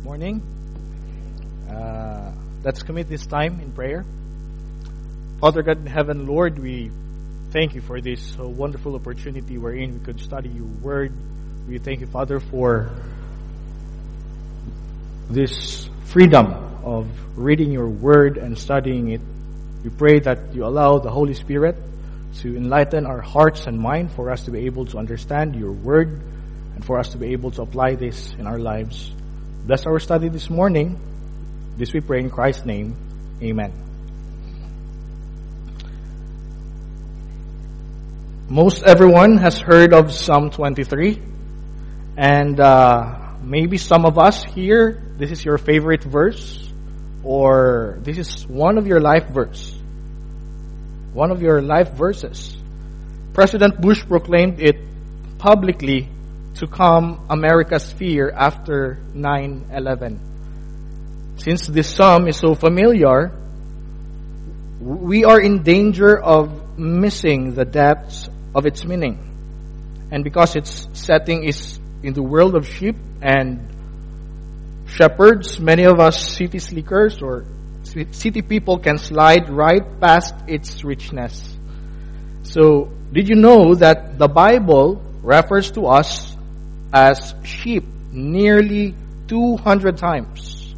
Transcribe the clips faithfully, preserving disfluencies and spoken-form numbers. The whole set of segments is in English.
morning. Uh, let's commit this time in prayer. Father God in heaven, Lord, we thank you for this uh, wonderful opportunity wherein we could study your word. We thank you, Father, for this freedom of reading your word and studying it. We pray that you allow the Holy Spirit to enlighten our hearts and mind for us to be able to understand your word and for us to be able to apply this in our lives. Bless our study this morning. This we pray in Christ's name. Amen. Most everyone has heard of Psalm twenty-three. And uh, maybe some of us here, this is your favorite verse, or this is one of your life verse. One of your life verses. President Bush proclaimed it publicly to calm America's fear after nine eleven. Since this psalm is so familiar, we are in danger of missing the depths of its meaning. And because its setting is in the world of sheep and shepherds, many of us city slickers or city people can slide right past its richness. So, did you know that the Bible refers to us as sheep nearly two hundred times?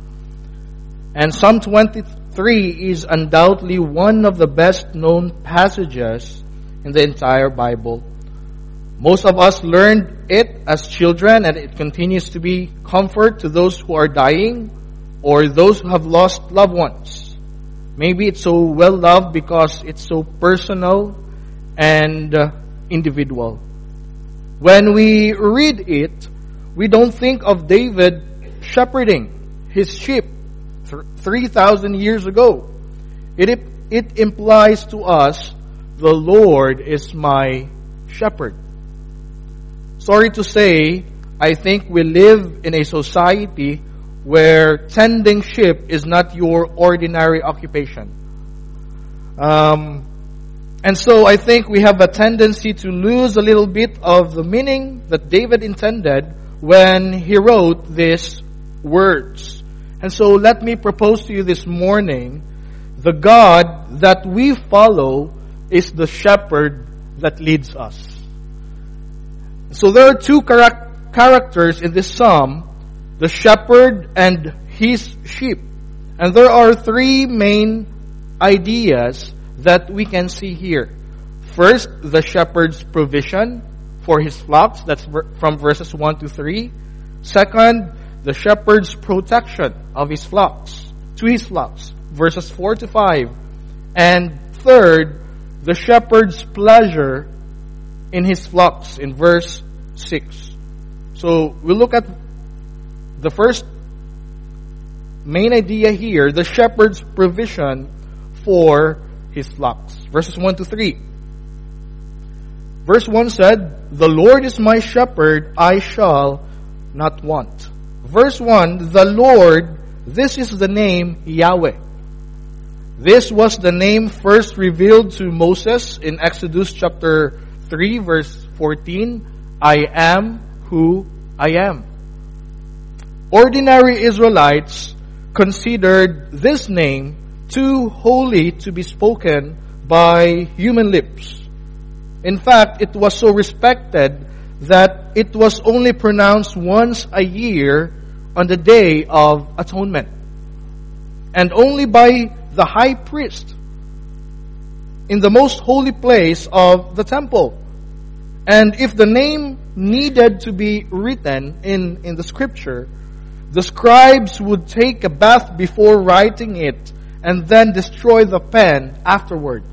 And Psalm twenty-three is undoubtedly one of the best known passages in the entire Bible. Most of us learned it as children, and it continues to be comfort to those who are dying or those who have lost loved ones. Maybe it's so well loved because it's so personal and uh, individual. When we read it, we don't think of David shepherding his sheep three thousand years ago. It, it implies to us, the Lord is my shepherd. Sorry to say, I think we live in a society where tending sheep is not your ordinary occupation. Um, and so I think we have a tendency to lose a little bit of the meaning that David intended when he wrote these words. And so let me propose to you this morning, the God that we follow is the shepherd that leads us. So there are two charac- characters in this psalm, the shepherd and his sheep. And there are three main ideas that we can see here. First, the shepherd's provision for his flocks. That's from verses one to three. Second, the shepherd's protection of his flocks, to his flocks. Verses four to five. And third, the shepherd's pleasure in his flocks in verse six. So we look at the first main idea here, the shepherd's provision for his flocks. Verses one to three. Verse one said, "The Lord is my shepherd, I shall not want." Verse one, the Lord, this is the name Yahweh. This was the name first revealed to Moses in Exodus chapter three, verse fourteen. I am who I am. Ordinary Israelites considered this name too holy to be spoken by human lips. In fact, it was so respected that it was only pronounced once a year on the Day of Atonement, and only by the high priest in the most holy place of the temple. And if the name needed to be written in, in the scripture, the scribes would take a bath before writing it and then destroy the pen afterwards.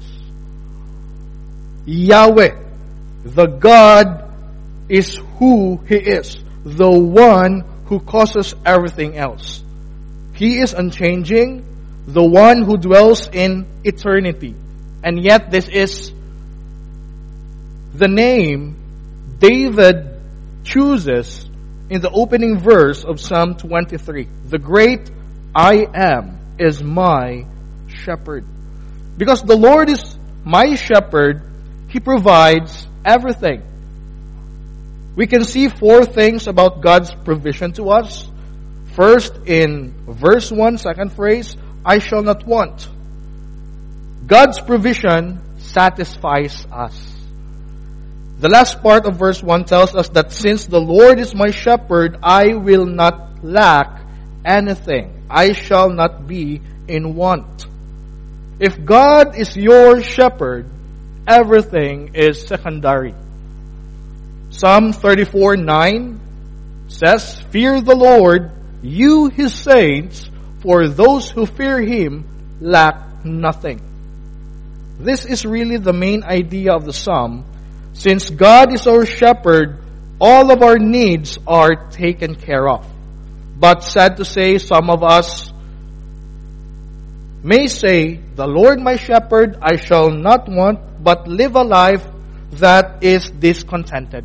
Yahweh, the God, is who He is, the one who causes everything else. He is unchanging, the one who dwells in eternity. And yet this is the name David chooses in the opening verse of Psalm twenty-three. The great I am is my shepherd. Because the Lord is my shepherd, He provides everything. We can see four things about God's provision to us. First, in verse one, second phrase, I shall not want. God's provision satisfies us. The last part of verse one tells us that since the Lord is my shepherd, I will not lack anything. I shall not be in want. If God is your shepherd, everything is secondary. Psalm thirty-four nine says, Fear the Lord, you His saints, for those who fear Him lack nothing. This is really the main idea of the psalm. Since God is our shepherd, all of our needs are taken care of. But sad to say, some of us may say, The Lord my shepherd, I shall not want, but live a life that is discontented.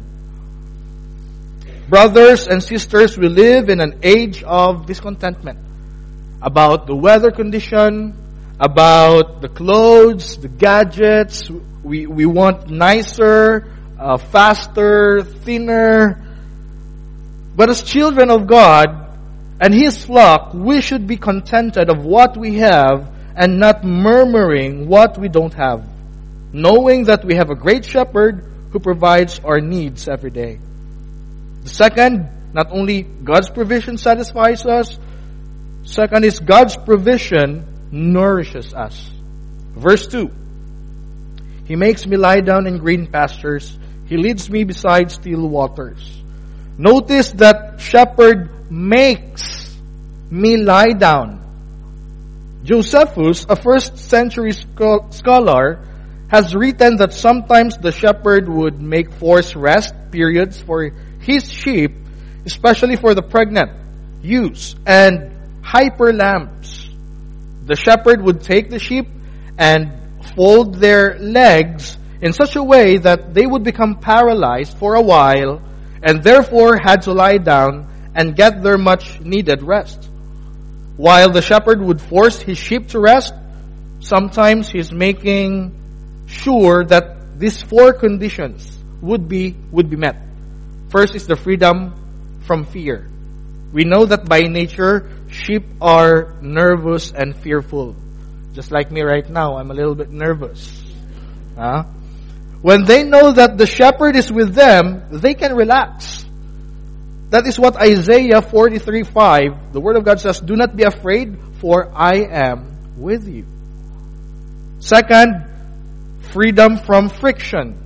Brothers and sisters, we live in an age of discontentment. About the weather condition, about the clothes, the gadgets. We, we want nicer, uh, faster, thinner. But as children of God and His flock, we should be contented of what we have and not murmuring what we don't have, knowing that we have a great shepherd who provides our needs every day. The second, not only God's provision satisfies us, second is God's provision nourishes us. Verse two, He makes me lie down in green pastures. He leads me beside still waters. Notice that shepherd makes me lie down. Josephus, a first century scholar, has written that sometimes the shepherd would make forced rest periods for his sheep, especially for the pregnant, ewes, and heifer lambs. The shepherd would take the sheep and fold their legs in such a way that they would become paralyzed for a while and therefore had to lie down and get their much needed rest. While the shepherd would force his sheep to rest, sometimes he's making sure that these four conditions would be would be met. First is the freedom from fear. We know that by nature, sheep are nervous and fearful. Just like me right now, I'm a little bit nervous. Huh? When they know that the shepherd is with them, they can relax. That is what Isaiah forty-three five, the Word of God says, Do not be afraid, for I am with you. Second, freedom from friction.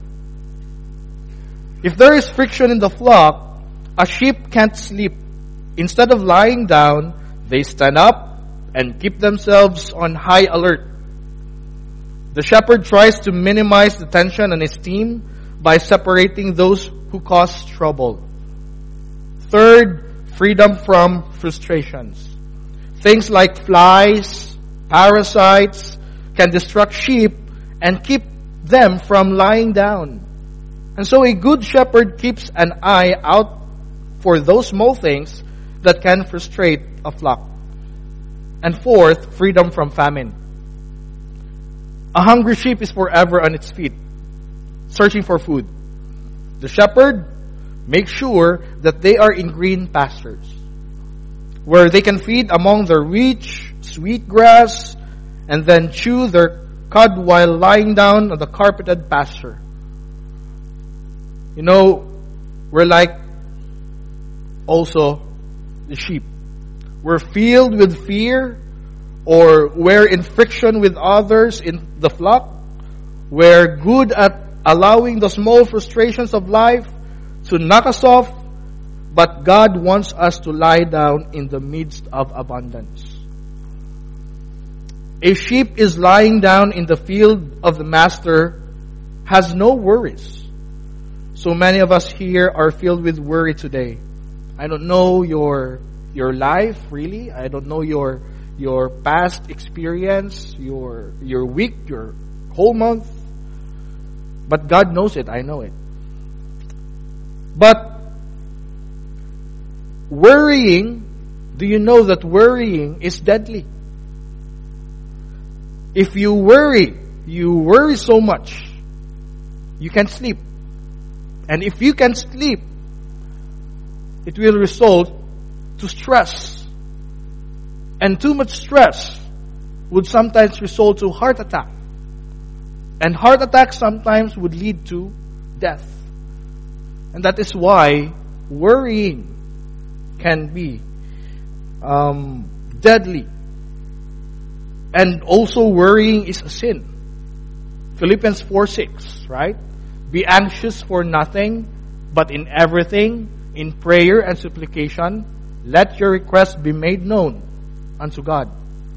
If there is friction in the flock, a sheep can't sleep. Instead of lying down, they stand up and keep themselves on high alert. The shepherd tries to minimize the tension on his team by separating those who cause trouble. Third, freedom from frustrations. Things like flies, parasites can distract sheep and keep them from lying down. And so a good shepherd keeps an eye out for those small things that can frustrate a flock. And fourth, freedom from famine. A hungry sheep is forever on its feet, searching for food. The shepherd makes sure that they are in green pastures, where they can feed among the rich, sweet grass, and then chew their cud while lying down on the carpeted pasture. You know, we're like also the sheep. We're filled with fear, or we're in friction with others in the flock. We're good at allowing the small frustrations of life to knock us off, but God wants us to lie down in the midst of abundance. A sheep is lying down in the field of the master, has no worries. So many of us here are filled with worry today. I don't know your your life really. I don't know your your past experience, your your week, your whole month. But God knows it. I know it. But worrying, do you know that worrying is deadly? If you worry, you worry so much, you can't sleep. And if you can sleep, it will result to stress And too much stress would sometimes result to heart attack. And heart attack sometimes would lead to death. And that is why worrying can be um, deadly. And also worrying is a sin. Philippians four six, right? Be anxious for nothing, but in everything, in prayer and supplication, let your requests be made known unto God.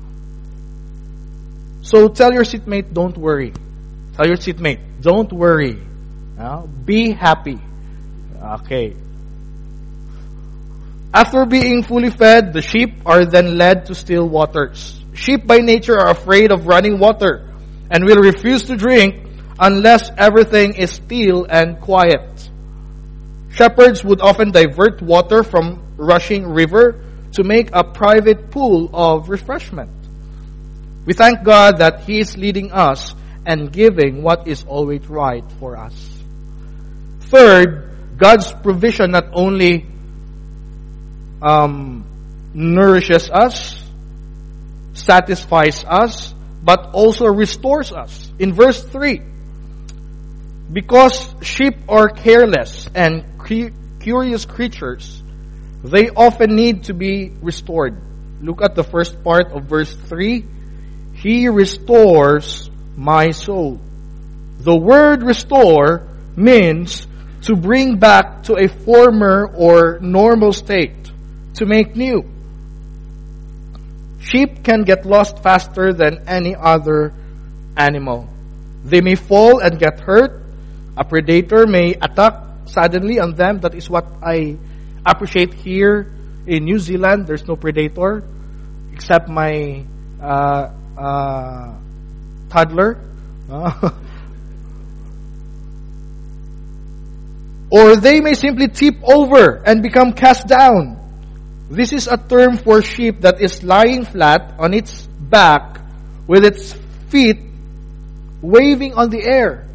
So tell your seatmate, don't worry. Tell your seatmate, don't worry. Uh, be happy. Okay. After being fully fed, the sheep are then led to still waters. Sheep by nature are afraid of running water and will refuse to drink unless everything is still and quiet. Shepherds would often divert water from rushing river to make a private pool of refreshment. We thank God that He is leading us and giving what is always right for us. Third, God's provision not only um, nourishes us, satisfies us, but also restores us. In verse three, because sheep are careless and curious creatures, they often need to be restored. Look at the first part of verse three. He restores my soul. The word restore means to bring back to a former or normal state, to make new. Sheep can get lost faster than any other animal. They may fall and get hurt. A predator may attack suddenly on them. That is what I appreciate here in New Zealand. There's no predator except my uh, uh, toddler. Or they may simply tip over and become cast down. This is a term for sheep that is lying flat on its back with its feet waving on the air.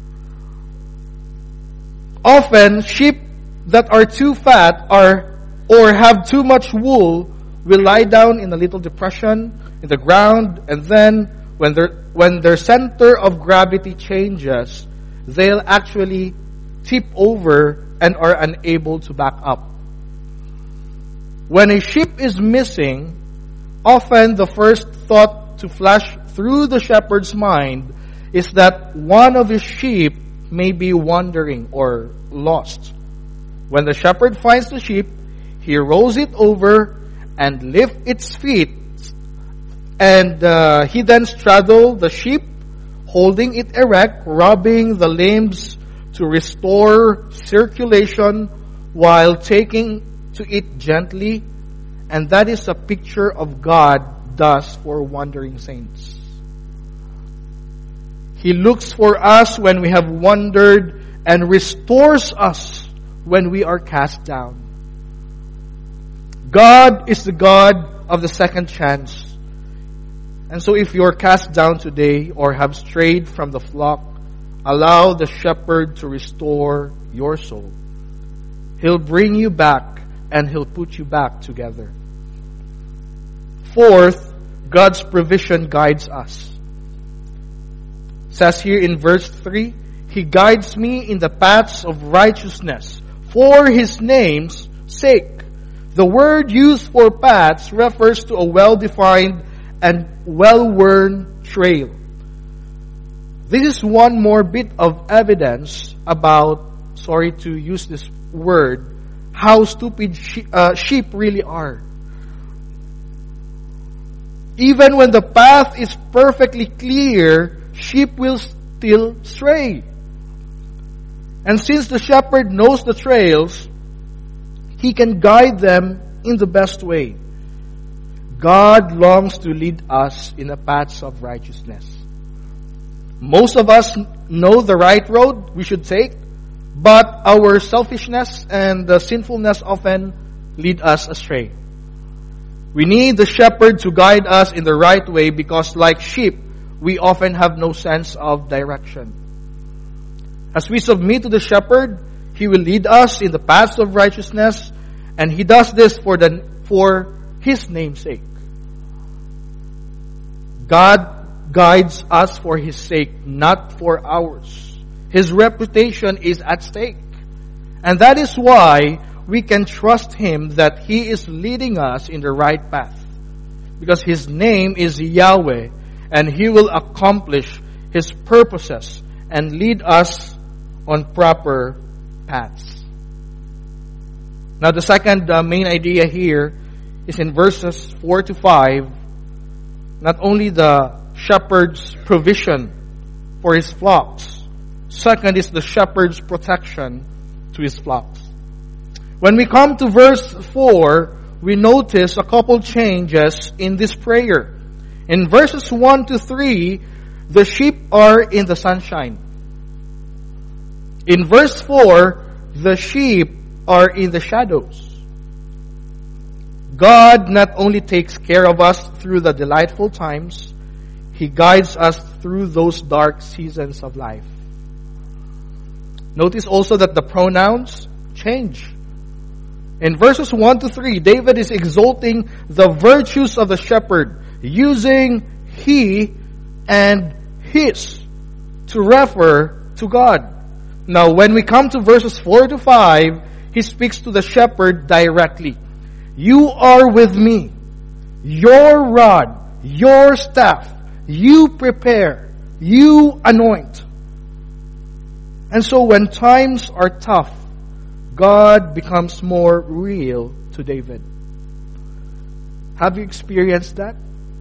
Often, sheep that are too fat are or have too much wool will lie down in a little depression in the ground, and then when their when their center of gravity changes, they'll actually tip over and are unable to back up. When a sheep is missing, often the first thought to flash through the shepherd's mind is that one of his sheep may be wandering or lost. When the shepherd finds the sheep, he rolls it over and lifts its feet, and uh, he then straddles the sheep, holding it erect, rubbing the limbs to restore circulation while taking to it gently. And that is a picture of God does for wandering saints. He looks for us when we have wandered and restores us when we are cast down. God is the God of the second chance. And so if you're cast down today or have strayed from the flock, allow the shepherd to restore your soul. He'll bring you back and He'll put you back together. Fourth, God's provision guides us. It says here in verse three, He guides me in the paths of righteousness for His name's sake. The word used for paths refers to a well-defined and well-worn trail. This is one more bit of evidence about, sorry to use this word, how stupid she, uh, sheep really are. Even when the path is perfectly clear, sheep will still stray. And since the shepherd knows the trails, he can guide them in the best way. God longs to lead us in the paths of righteousness. Most of us know the right road we should take, but our selfishness and the sinfulness often lead us astray. We need the shepherd to guide us in the right way because, like sheep, we often have no sense of direction. As we submit to the shepherd, He will lead us in the paths of righteousness, and He does this for the for His name's sake. God guides us for His sake, not for ours. His reputation is at stake. And that is why we can trust Him that He is leading us in the right path. Because His name is Yahweh, and He will accomplish His purposes and lead us on proper paths. Now the second uh, main idea here is in verses four to five. Not only the shepherd's provision for his flocks. Second is the shepherd's protection to his flocks. When we come to verse four, we notice a couple changes in this prayer. In verses one to three, the sheep are in the sunshine. In verse four, the sheep are in the shadows. God not only takes care of us through the delightful times, He guides us through those dark seasons of life. Notice also that the pronouns change. In verses one to three, David is exalting the virtues of the shepherd, using he and his to refer to God. Now, when we come to verses four to five, he speaks to the shepherd directly. You are with me. Your rod, your staff, you prepare, you anoint. And so when times are tough, God becomes more real to David. Have you experienced that?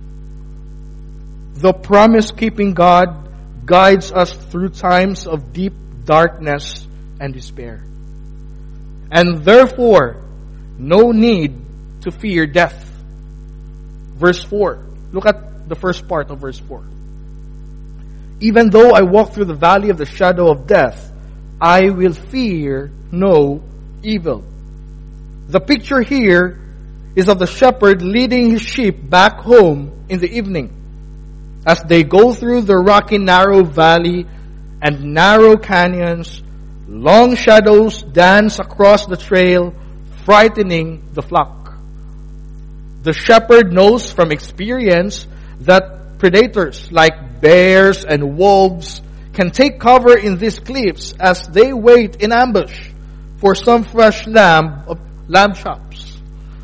The promise-keeping God guides us through times of deep darkness and despair. And therefore, no need to fear death. Verse four. Look at the first part of verse four. Even though I walk through the valley of the shadow of death, I will fear no evil. The picture here is of the shepherd leading his sheep back home in the evening. As they go through the rocky narrow valley and narrow canyons, long shadows dance across the trail, frightening the flock. The shepherd knows from experience that predators like bears and wolves can take cover in these cliffs as they wait in ambush for some fresh lamb of lamb chops.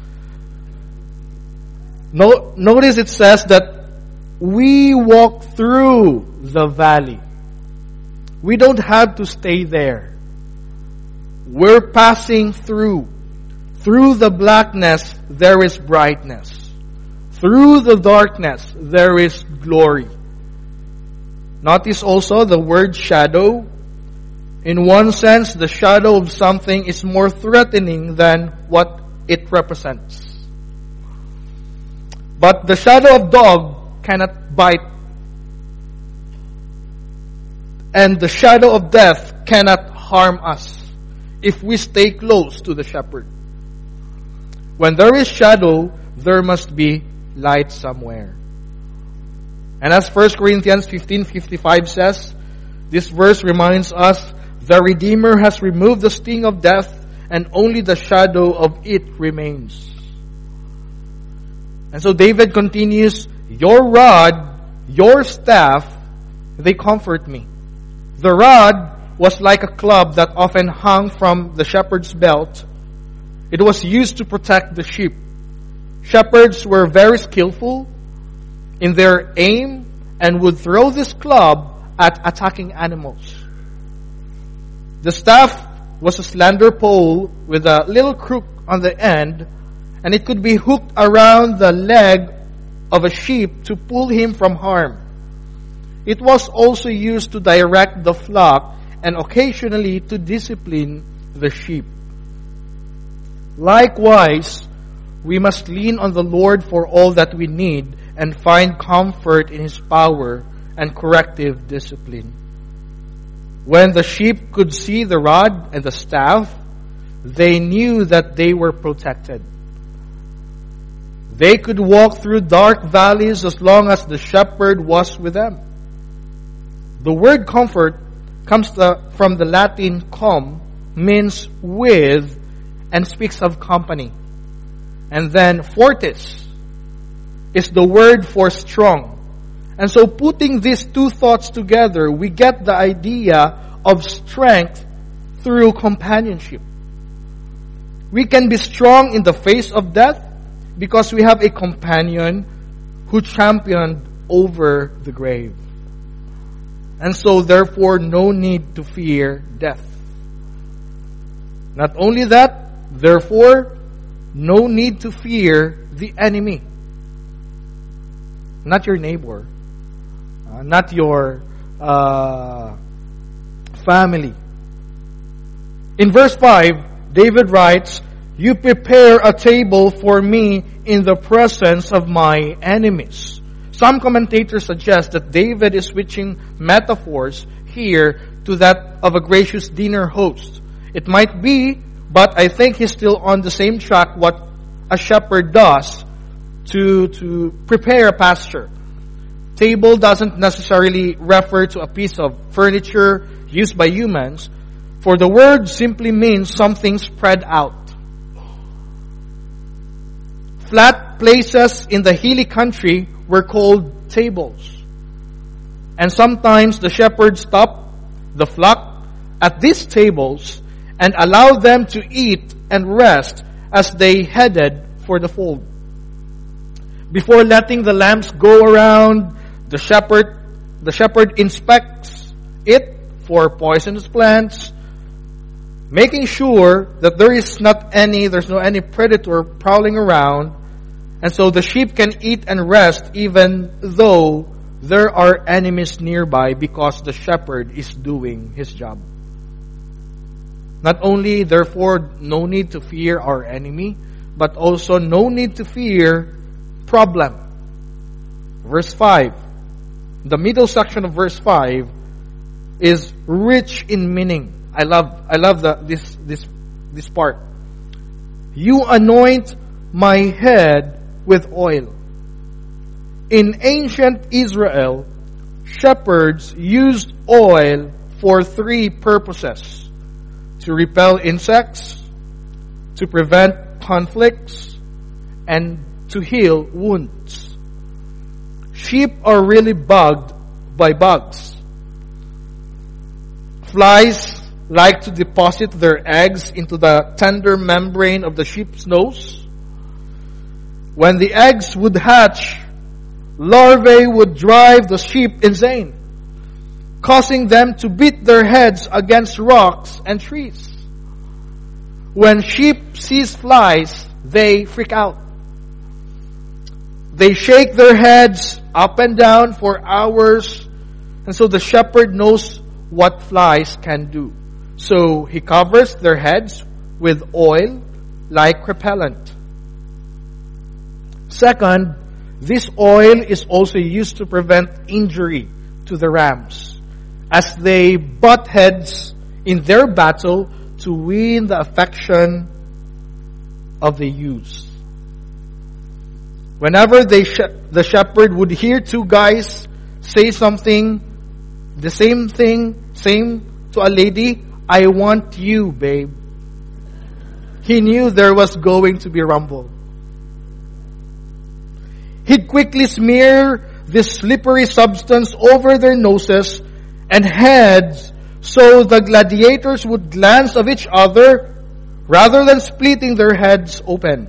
No, notice it says that we walk through the valley. We don't have to stay there. We're passing through. Through the blackness, there is brightness. Through the darkness, there is glory. Notice also the word shadow. In one sense, the shadow of something is more threatening than what it represents. But the shadow of dog cannot bite. And the shadow of death cannot harm us if we stay close to the shepherd. When there is shadow, there must be light somewhere. And as First Corinthians fifteen fifty-five says, this verse reminds us, the Redeemer has removed the sting of death, and only the shadow of it remains. And so David continues, your rod, your staff, they comfort me. The rod was like a club that often hung from the shepherd's belt. It was used to protect the sheep. Shepherds were very skillful in their aim and would throw this club at attacking animals. The staff was a slender pole with a little crook on the end, and it could be hooked around the leg of a sheep to pull him from harm. It was also used to direct the flock and occasionally to discipline the sheep. Likewise, we must lean on the Lord for all that we need and find comfort in His power and corrective discipline. When the sheep could see the rod and the staff, they knew that they were protected. They could walk through dark valleys as long as the shepherd was with them. The word comfort comes from the Latin com, means with, and speaks of company. And then fortis is the word for strong. And so putting these two thoughts together, we get the idea of strength through companionship. We can be strong in the face of death because we have a companion who championed over the grave. And so therefore, no need to fear death. Not only that, therefore, no need to fear the enemy. Not your neighbor. Uh, not your uh, family. In verse five, David writes, "You prepare a table for me in the presence of my enemies." Some commentators suggest that David is switching metaphors here to that of a gracious dinner host. It might be, but I think he's still on the same track what a shepherd does to, to prepare a pasture. Table doesn't necessarily refer to a piece of furniture used by humans, for the word simply means something spread out. Flat places in the hilly country were called tables. And sometimes the shepherds stopped the flock at these tables and allowed them to eat and rest as they headed for the fold. Before letting the lambs go around, the shepherd the shepherd inspects it for poisonous plants, making sure that there is not any there's no any predator prowling around, and so the sheep can eat and rest even though there are enemies nearby, because the shepherd is doing his job. Not only, therefore, no need to fear our enemy, but also no need to fear problem. Verse five. The middle section of verse five is rich in meaning. I love I love the, this this this part. You anoint my head with oil. In ancient Israel, shepherds used oil for three purposes: to repel insects, to prevent conflicts, and to heal wounds. Sheep are really bugged by bugs. Flies like to deposit their eggs into the tender membrane of the sheep's nose. When the eggs would hatch, larvae would drive the sheep insane, causing them to beat their heads against rocks and trees. When sheep sees flies, they freak out. They shake their heads up and down for hours, and so the shepherd knows what flies can do. So he covers their heads with oil like repellent. Second, this oil is also used to prevent injury to the rams as they butt heads in their battle to win the affection of the ewes. Whenever they sh- the shepherd would hear two guys say something, the same thing, same to a lady, "I want you, babe," he knew there was going to be rumble. He'd quickly smear this slippery substance over their noses and heads so the gladiators would glance at each other rather than splitting their heads open.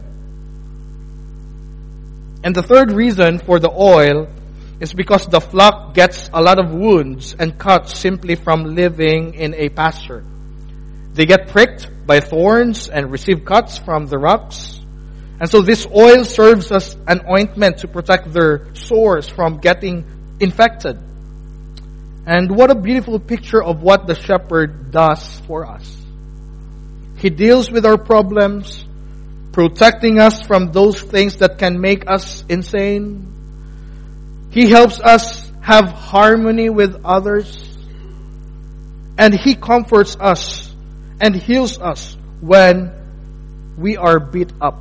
And the third reason for the oil is because the flock gets a lot of wounds and cuts simply from living in a pasture. They get pricked by thorns and receive cuts from the rocks. And so this oil serves as an ointment to protect their sores from getting infected. And what a beautiful picture of what the shepherd does for us. He deals with our problems, protecting us from those things that can make us insane. He helps us have harmony with others. And He comforts us and heals us when we are beat up.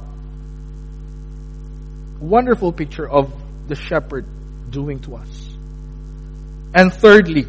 Wonderful picture of the shepherd doing to us. And thirdly,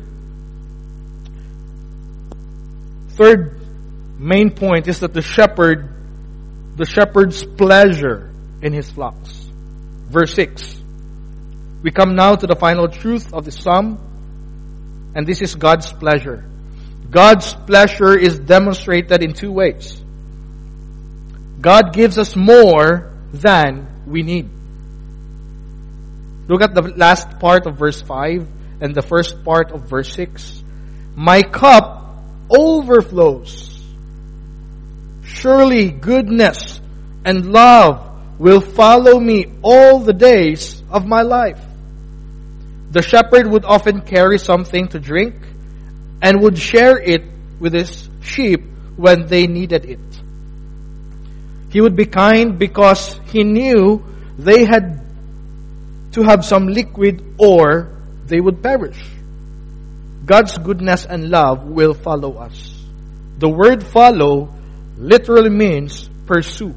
third main point is that the shepherd the shepherd's pleasure in his flocks. Verse six. We come now to the final truth of the psalm, and this is God's pleasure. God's pleasure is demonstrated in two ways. God gives us more than we need. Look at the last part of verse five and the first part of verse six. My cup overflows. Surely goodness and love will follow me all the days of my life. The shepherd would often carry something to drink and would share it with his sheep when they needed it. He would be kind because he knew they had to have some liquid or they would perish. God's goodness and love will follow us. The word follow literally means pursue.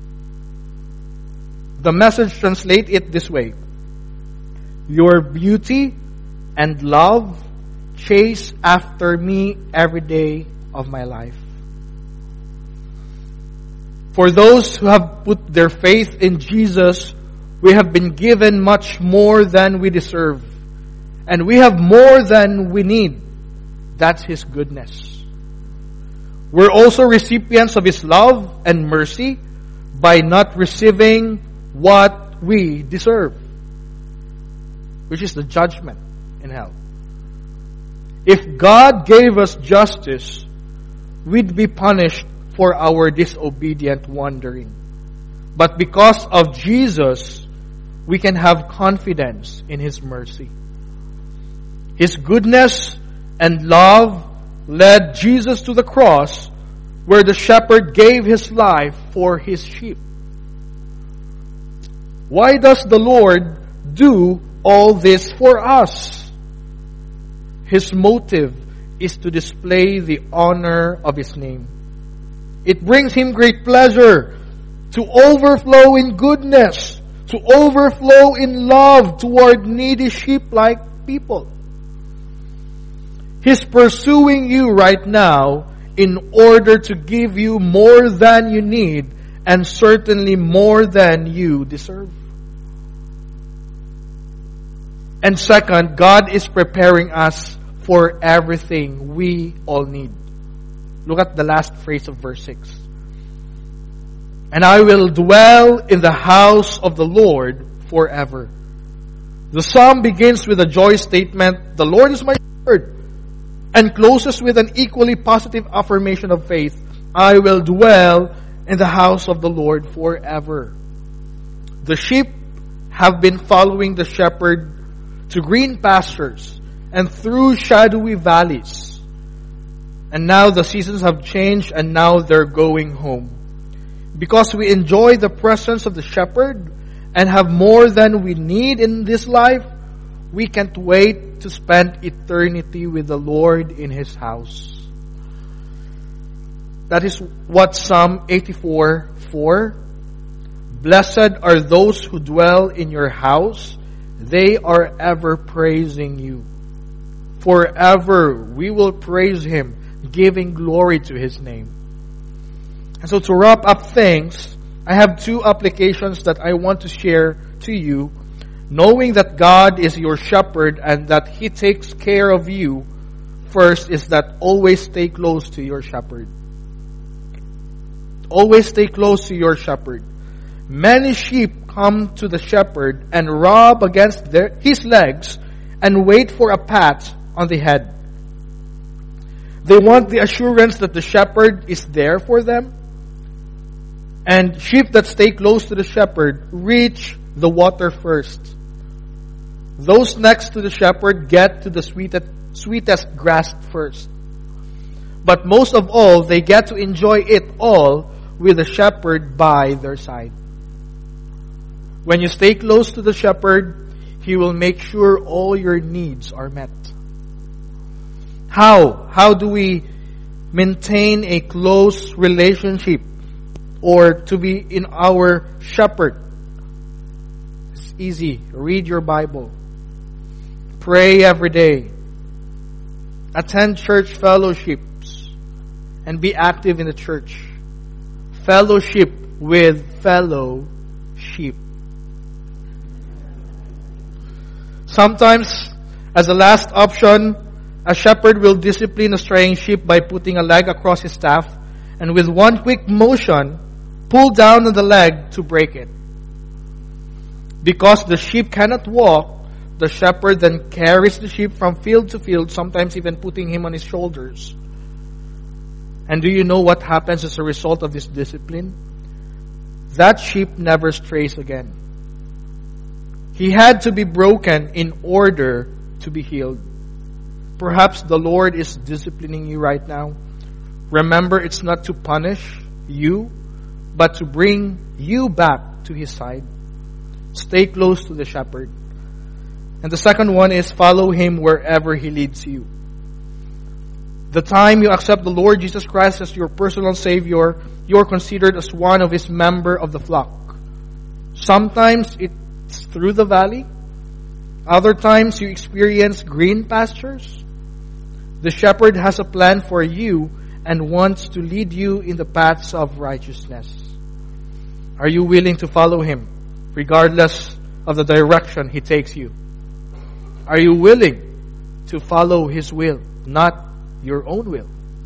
The Message translates it this way: your beauty and love chase after me every day of my life. For those who have put their faith in Jesus, we have been given much more than we deserve. And we have more than we need. That's His goodness. We're also recipients of His love and mercy by not receiving what we deserve, which is the judgment in hell. If God gave us justice, we'd be punished for our disobedient wandering. But because of Jesus, we can have confidence in His mercy. His goodness and love led Jesus to the cross, where the shepherd gave his life for his sheep. Why does the Lord do all this for us? His motive is to display the honor of His name. It brings Him great pleasure to overflow in goodness, to overflow in love toward needy sheep-like people. He's pursuing you right now in order to give you more than you need and certainly more than you deserve. And second, God is preparing us for everything we all need. Look at the last phrase of verse six. And I will dwell in the house of the Lord forever. The psalm begins with a joy statement, the Lord is my shepherd, and closes with an equally positive affirmation of faith, I will dwell in the house of the Lord forever. The sheep have been following the shepherd to green pastures and through shadowy valleys. And now the seasons have changed and now they're going home. Because we enjoy the presence of the shepherd and have more than we need in this life, we can't wait to spend eternity with the Lord in His house. That is what Psalm eighty-four four. Blessed are those who dwell in your house. They are ever praising you. Forever we will praise Him, giving glory to His name. And so to wrap up things, I have two applications that I want to share to you. Knowing that God is your shepherd and that He takes care of you, first is that always stay close to your shepherd. Always stay close to your shepherd. Many sheep come to the shepherd and rub against their, his legs and wait for a pat on the head. They want the assurance that the shepherd is there for them. And sheep that stay close to the shepherd reach the water first. Those next to the shepherd get to the sweetest, sweetest grass first. But most of all, they get to enjoy it all with the shepherd by their side. When you stay close to the shepherd, He will make sure all your needs are met. How? How do we maintain a close relationship or to be in our shepherd? It's easy. Read your Bible. Pray every day. Attend church fellowships and be active in the church. Fellowship with fellow sheep. Sometimes, as a last option, a shepherd will discipline a straying sheep by putting a leg across his staff and with one quick motion, pull down on the leg to break it. Because the sheep cannot walk, the shepherd then carries the sheep from field to field, sometimes even putting him on his shoulders. And do you know what happens as a result of this discipline? That sheep never strays again. He had to be broken in order to be healed. Perhaps the Lord is disciplining you right now. Remember, it's not to punish you, but to bring you back to His side. Stay close to the shepherd. And the second one is follow Him wherever He leads you. The time you accept the Lord Jesus Christ as your personal Savior, you are considered as one of His member of the flock. Sometimes it's through the valley. Other times you experience green pastures. The shepherd has a plan for you and wants to lead you in the paths of righteousness. Are you willing to follow Him, regardless of the direction He takes you? Are you willing to follow His will, not your own will?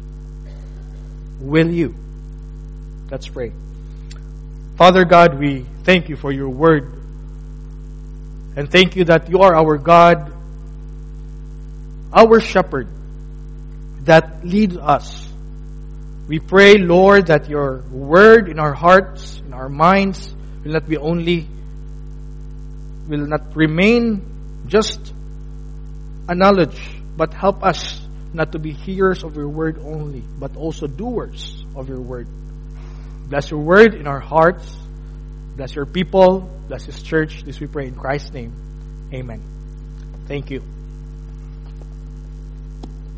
Will you? Let's pray. Father God, we thank You for Your word. And thank You that You are our God, our shepherd, that leads us. We pray, Lord, that Your word in our hearts, in our minds, will not be only, will not remain just a knowledge, but help us not to be hearers of Your word only, but also doers of Your word. Bless Your word in our hearts. Bless Your people. Bless His church. This we pray in Christ's name. Amen. Thank you.